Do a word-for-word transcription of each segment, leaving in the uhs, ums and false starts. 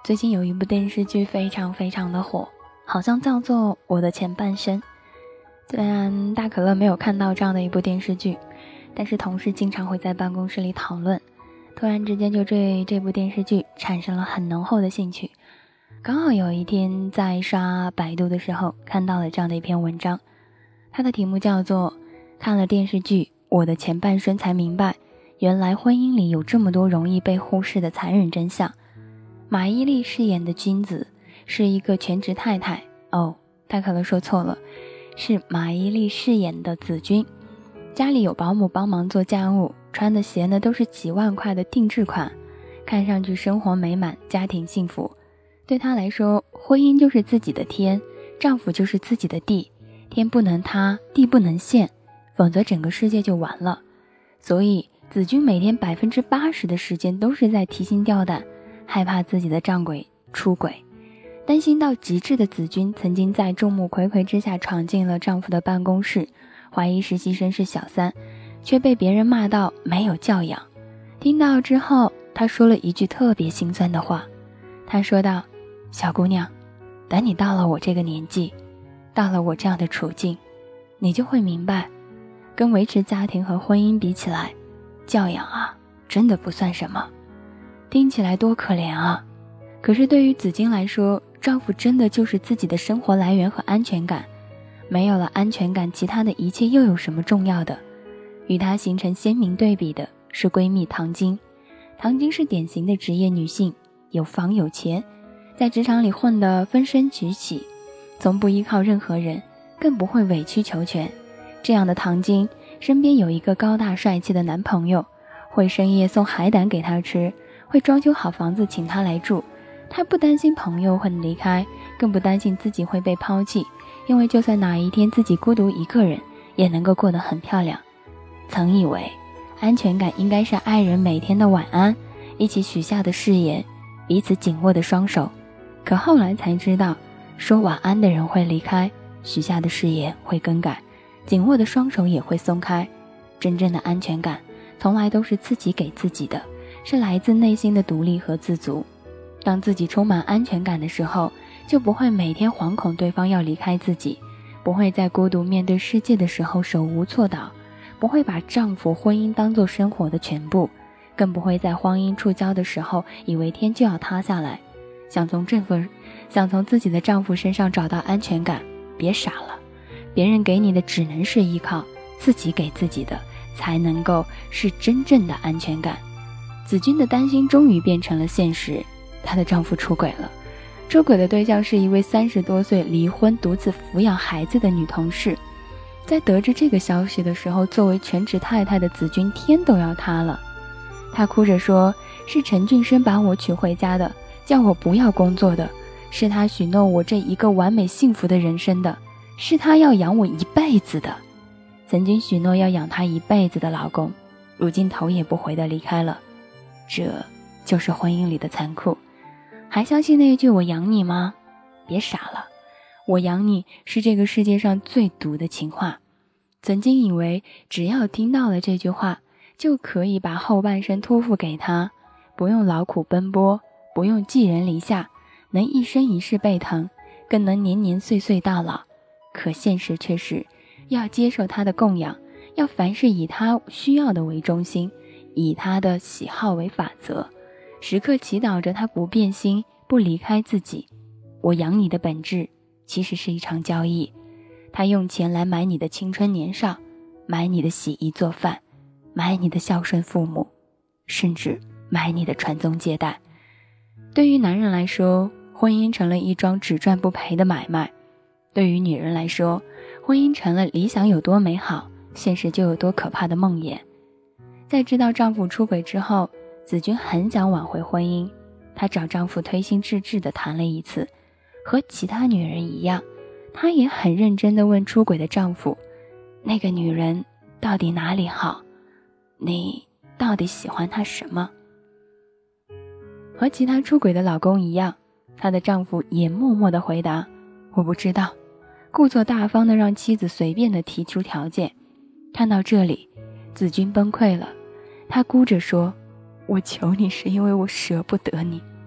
最近有一部电视剧非常非常的火，好像叫做《我的前半生》。虽然大可乐没有看到这样的一部电视剧，但是同事经常会在办公室里讨论，突然之间就对这部电视剧产生了很浓厚的兴趣。刚好有一天在刷百度的时候看到了这样的一篇文章，它的题目叫做看了电视剧《我的前半生》才明白，原来婚姻里有这么多容易被忽视的残忍真相。马伊琍饰演的君子是一个全职太太，哦，大可乐说错了，是马伊琍饰演的子君，家里有保姆帮忙做家务，穿的鞋呢都是几万块的定制款，看上去生活美满，家庭幸福。对她来说，婚姻就是自己的天，丈夫就是自己的地，天不能塌，地不能陷，否则整个世界就完了。所以子君每天百分之八十的时间都是在提心吊胆，害怕自己的丈夫出轨。担心到极致的子君曾经在众目睽睽之下闯进了丈夫的办公室，怀疑实习生是小三，却被别人骂到没有教养。听到之后，她说了一句特别心酸的话，她说道：小姑娘，等你到了我这个年纪，到了我这样的处境，你就会明白，跟维持家庭和婚姻比起来，教养啊真的不算什么。听起来多可怜啊，可是对于子君来说，丈夫真的就是自己的生活来源和安全感，没有了安全感，其他的一切又有什么重要的？与她形成鲜明对比的是闺蜜唐晶。唐晶是典型的职业女性，有房有钱，在职场里混得风生举起，从不依靠任何人，更不会委曲求全。这样的唐晶身边有一个高大帅气的男朋友，会深夜送海胆给她吃，会装修好房子请她来住。她不担心朋友会离开，更不担心自己会被抛弃，因为就算哪一天自己孤独一个人，也能够过得很漂亮。曾以为安全感应该是爱人每天的晚安，一起许下的誓言，彼此紧握的双手，可后来才知道，说晚安的人会离开，许下的誓言会更改，紧握的双手也会松开。真正的安全感从来都是自己给自己的，是来自内心的独立和自足。当自己充满安全感的时候，就不会每天惶恐对方要离开自己，不会在孤独面对世界的时候手无措倒，不会把丈夫婚姻当作生活的全部，更不会在婚姻触礁的时候以为天就要塌下来。想从丈夫想从自己的丈夫身上找到安全感，别傻了，别人给你的只能是依靠，自己给自己的才能够是真正的安全感。子君的担心终于变成了现实，她的丈夫出轨了，出轨的对象是一位三十多岁离婚独自抚养孩子的女同事。在得知这个消息的时候，作为全职太太的子君天都要塌了。她哭着说，是陈俊生把我娶回家的，叫我不要工作的，是他许诺我这一个完美幸福的人生的，是他要养我一辈子的。曾经许诺要养她一辈子的老公，如今头也不回地离开了。这就是婚姻里的残酷。还相信那一句我养你吗？别傻了，我养你是这个世界上最毒的情话。曾经以为只要听到了这句话，就可以把后半生托付给他，不用劳苦奔波，不用寄人篱下，能一生一世被疼，更能年年岁岁到老。可现实却是要接受他的供养，要凡事以他需要的为中心，以他的喜好为法则，时刻祈祷着他不变心，不离开自己。我养你的本质其实是一场交易，他用钱来买你的青春年少，买你的洗衣做饭，买你的孝顺父母，甚至买你的传宗接代。对于男人来说，婚姻成了一桩只赚不赔的买卖；对于女人来说，婚姻成了理想有多美好，现实就有多可怕的梦魇。在知道丈夫出轨之后，子君很想挽回婚姻，她找丈夫推心置志地谈了一次，和其他女人一样，她也很认真地问出轨的丈夫，那个女人到底哪里好？你到底喜欢她什么？和其他出轨的老公一样，她的丈夫也默默地回答，我不知道，故作大方地让妻子随便地提出条件。看到这里，子君崩溃了，她哭着说，我求你是因为我舍不得你。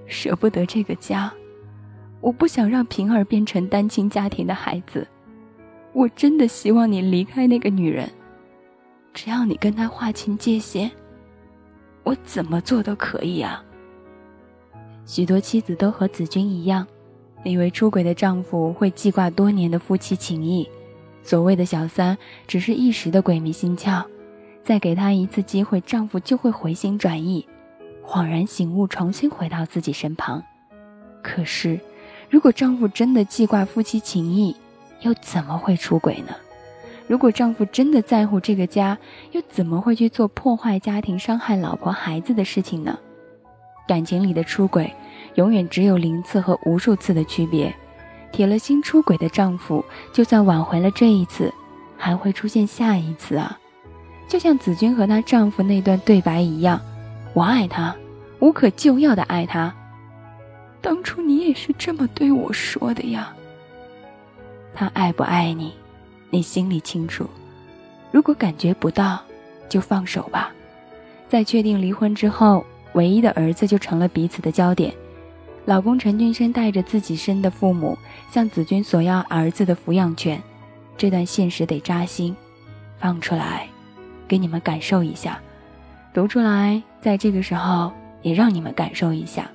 舍不得这个家，我不想让平儿变成单亲家庭的孩子，我真的希望你离开那个女人，只要你跟她划清界限，我怎么做都可以啊。许多妻子都和子君一样，以为出轨的丈夫会记挂多年的夫妻情谊，所谓的小三只是一时的鬼迷心窍，再给他一次机会，丈夫就会回心转意，恍然醒悟，重新回到自己身旁。可是如果丈夫真的记挂夫妻情谊，又怎么会出轨呢？如果丈夫真的在乎这个家，又怎么会去做破坏家庭、伤害老婆孩子的事情呢？感情里的出轨永远只有零次和无数次的区别，铁了心出轨的丈夫，就算挽回了这一次，还会出现下一次啊。就像子君和她丈夫那段对白一样，我爱他，无可救药的爱他。当初你也是这么对我说的呀。他爱不爱你，你心里清楚，如果感觉不到，就放手吧。在确定离婚之后，唯一的儿子就成了彼此的焦点。老公陈俊生带着自己生的父母向子君索要儿子的抚养权，这段现实得扎心，放出来给你们感受一下，读出来，在这个时候也让你们感受一下。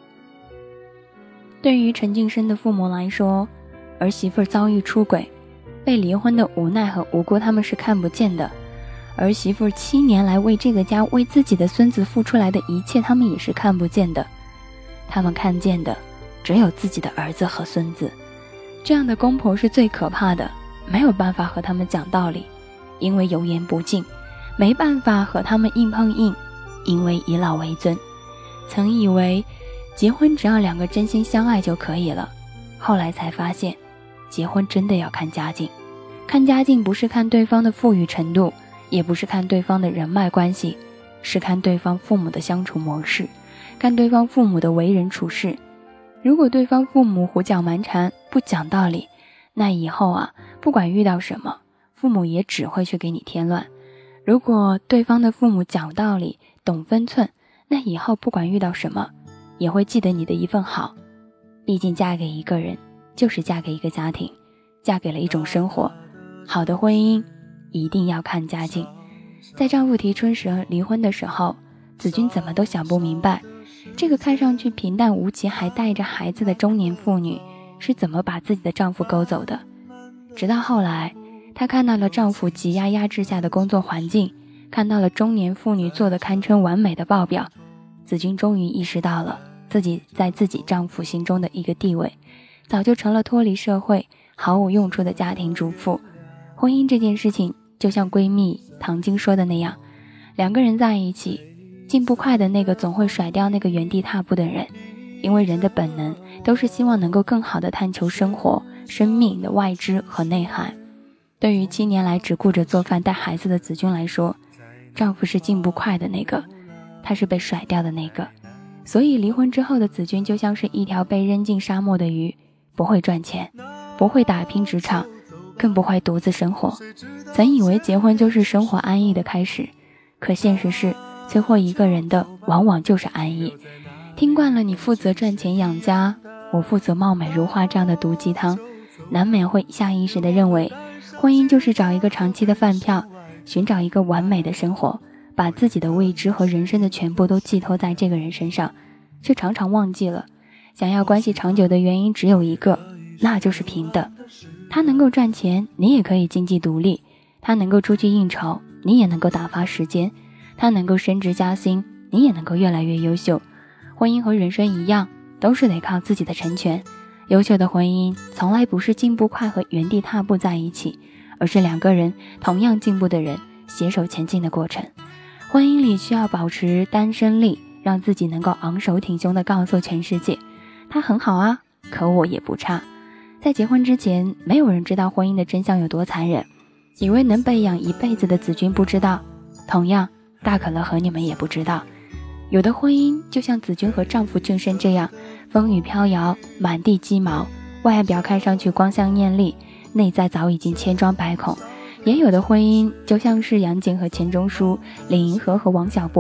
对于陈俊生的父母来说，儿媳妇遭遇出轨，被离婚的无奈和无辜他们是看不见的，儿媳妇七年来为这个家、为自己的孙子付出来的一切，他们也是看不见的。他们看见的只有自己的儿子和孙子。这样的公婆是最可怕的，没有办法和他们讲道理，因为油盐不进；没办法和他们硬碰硬，因为以老为尊。曾以为结婚只要两个真心相爱就可以了，后来才发现结婚真的要看家境。看家境不是看对方的富裕程度，也不是看对方的人脉关系，是看对方父母的相处模式，看对方父母的为人处事。如果对方父母胡搅蛮缠，不讲道理，那以后啊，不管遇到什么，父母也只会去给你添乱。如果对方的父母讲道理，懂分寸，那以后不管遇到什么，也会记得你的一份好。毕竟嫁给一个人，就是嫁给一个家庭，嫁给了一种生活。好的婚姻一定要看家境。在丈夫提出时离婚的时候，子君怎么都想不明白，这个看上去平淡无奇还带着孩子的中年妇女是怎么把自己的丈夫勾走的。直到后来，她看到了丈夫挤压压制下的工作环境，看到了中年妇女做得堪称完美的报表，子君终于意识到了自己在自己丈夫心中的一个地位，早就成了脱离社会毫无用处的家庭主妇。婚姻这件事情就像闺蜜唐晶说的那样，两个人在一起，进步快的那个总会甩掉那个原地踏步的人，因为人的本能都是希望能够更好地探求生活生命的外支和内涵。对于七年来只顾着做饭带孩子的子君来说，丈夫是进步快的那个，他是被甩掉的那个。所以离婚之后的子君就像是一条被扔进沙漠的鱼，不会赚钱，不会打拼职场，更不会独自生活。曾以为结婚就是生活安逸的开始，可现实是摧毁一个人的往往就是安逸。听惯了你负责赚钱养家，我负责貌美如花这样的毒鸡汤，难免会下意识地认为婚姻就是找一个长期的饭票，寻找一个完美的生活，把自己的未知和人生的全部都寄托在这个人身上，却常常忘记了想要关系长久的原因只有一个，那就是平等。他能够赚钱，你也可以经济独立；他能够出去应酬，你也能够打发时间；他能够升职加薪，你也能够越来越优秀。婚姻和人生一样，都是得靠自己的成全。优秀的婚姻从来不是进步快和原地踏步在一起，而是两个人同样进步的人携手前进的过程。婚姻里需要保持单身力，让自己能够昂首挺胸地告诉全世界，他很好啊，可我也不差。在结婚之前，没有人知道婚姻的真相有多残忍，以为能被养一辈子的子君不知道，同样大可乐和你们也不知道。有的婚姻就像子君和丈夫俊生这样，风雨飘摇，满地鸡毛，外表看上去光鲜艳丽，内在早已经千疮百孔。也有的婚姻就像是杨戬和钱钟书、李银河和王小波，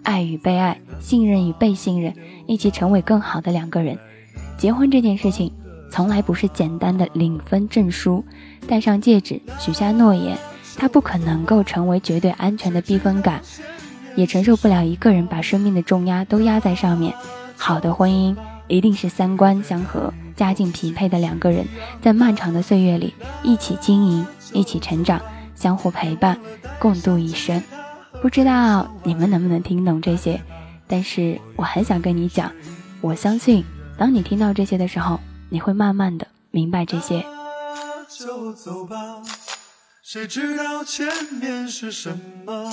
爱与被爱，信任与被信任，一起成为更好的两个人。结婚这件事情从来不是简单的领分证书，戴上戒指，许下诺言，它不可能够成为绝对安全的避风港，也承受不了一个人把生命的重压都压在上面。好的婚姻一定是三观相合，家境匹配的两个人，在漫长的岁月里一起经营，一起成长，相互陪伴，共度一生。不知道你们能不能听懂这些，但是我很想跟你讲，我相信当你听到这些的时候，你会慢慢的明白这些。 就走吧，谁知道前面是什么，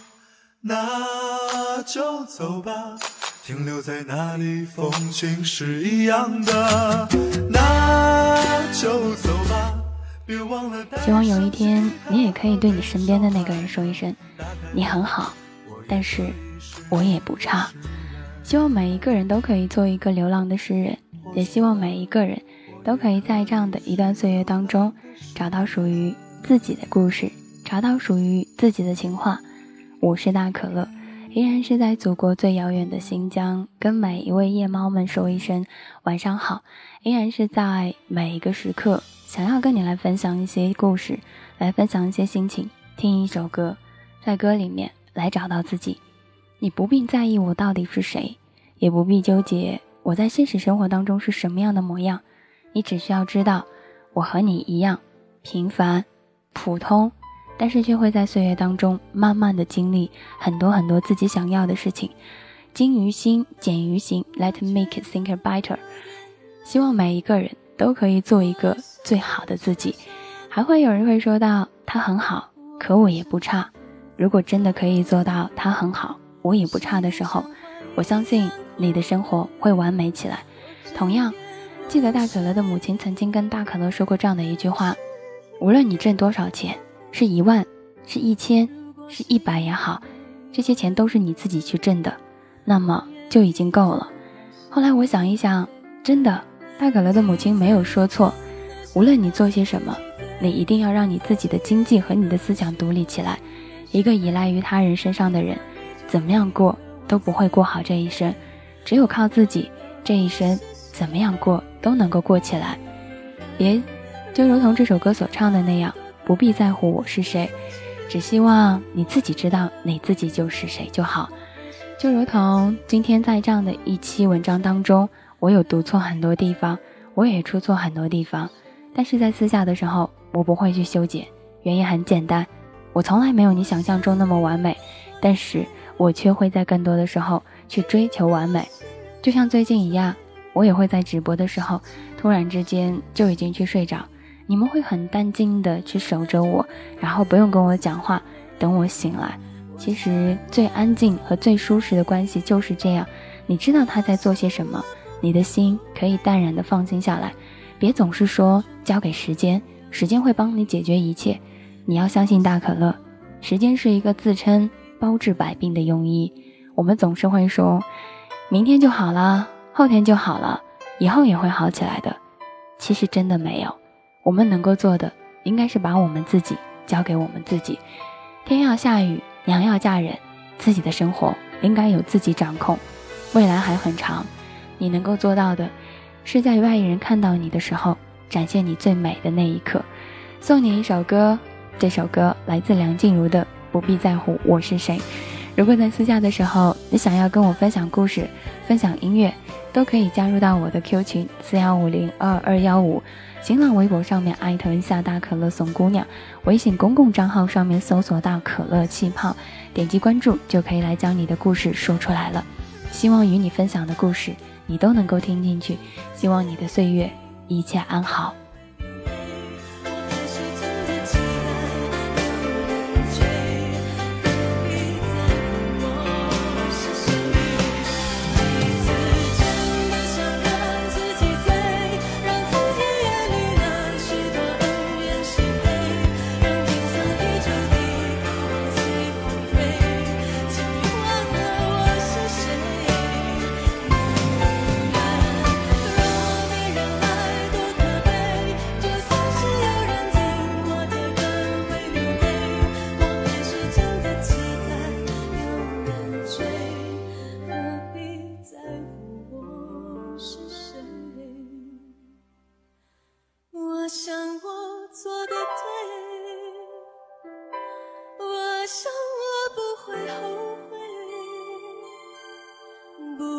那就走吧，停留在那里风景是一样的，那就走吧，别忘了。 希望有一天你也可以对你身边的那个人说一声，你很好，但是我也不差。希望每一个人都可以做一个流浪的诗人，也希望每一个人都可以在这样的一段岁月当中找到属于自己的故事，找到属于自己的情话。我是大可乐，依然是在祖国最遥远的新疆，跟每一位夜猫们说一声晚上好。依然是在每一个时刻想要跟你来分享一些故事，来分享一些心情，听一首歌，在歌里面来找到自己。你不必在意我到底是谁，也不必纠结我在现实生活当中是什么样的模样，你只需要知道我和你一样平凡普通，但是却会在岁月当中慢慢的经历很多很多自己想要的事情。精于心简于行， Let make it think better。 希望每一个人都可以做一个最好的自己。还会有人会说到他很好，可我也不差。如果真的可以做到他很好我也不差的时候，我相信你的生活会完美起来。同样记得大可乐的母亲曾经跟大可乐说过这样的一句话，无论你挣多少钱，是一万是一千是一百也好，这些钱都是你自己去挣的，那么就已经够了。后来我想一想，真的大可乐的母亲没有说错，无论你做些什么，你一定要让你自己的经济和你的思想独立起来。一个依赖于他人身上的人，怎么样过都不会过好这一生，只有靠自己，这一生怎么样过都能够过起来。别就如同这首歌所唱的那样，不必在乎我是谁，只希望你自己知道你自己就是谁就好。就如同今天在这样的一期文章当中，我有读错很多地方，我也出错很多地方，但是在私下的时候我不会去修剪，原因很简单，我从来没有你想象中那么完美，但是我却会在更多的时候去追求完美。就像最近一样，我也会在直播的时候突然之间就已经去睡着，你们会很淡静的去守着我，然后不用跟我讲话，等我醒来。其实最安静和最舒适的关系就是这样，你知道他在做些什么，你的心可以淡然的放心下来。别总是说交给时间，时间会帮你解决一切。你要相信大可乐，时间是一个自称包治百病的庸医。我们总是会说明天就好了，后天就好了，以后也会好起来的。其实真的没有，我们能够做的应该是把我们自己交给我们自己。天要下雨，娘要嫁人，自己的生活应该由自己掌控。未来还很长，你能够做到的是在外人看到你的时候展现你最美的那一刻。送你一首歌，这首歌来自梁静茹的《不必在乎我是谁》。如果在私下的时候你想要跟我分享故事，分享音乐，都可以加入到我的 Q 群四一五零二二一五，新浪微博上面艾特一下大可乐怂姑娘，微信公共账号上面搜索到可乐气泡，点击关注就可以来将你的故事说出来了。希望与你分享的故事你都能够听进去，希望你的岁月一切安好。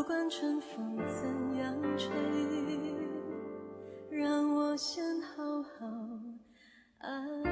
管春风怎样吹，让我先好好爱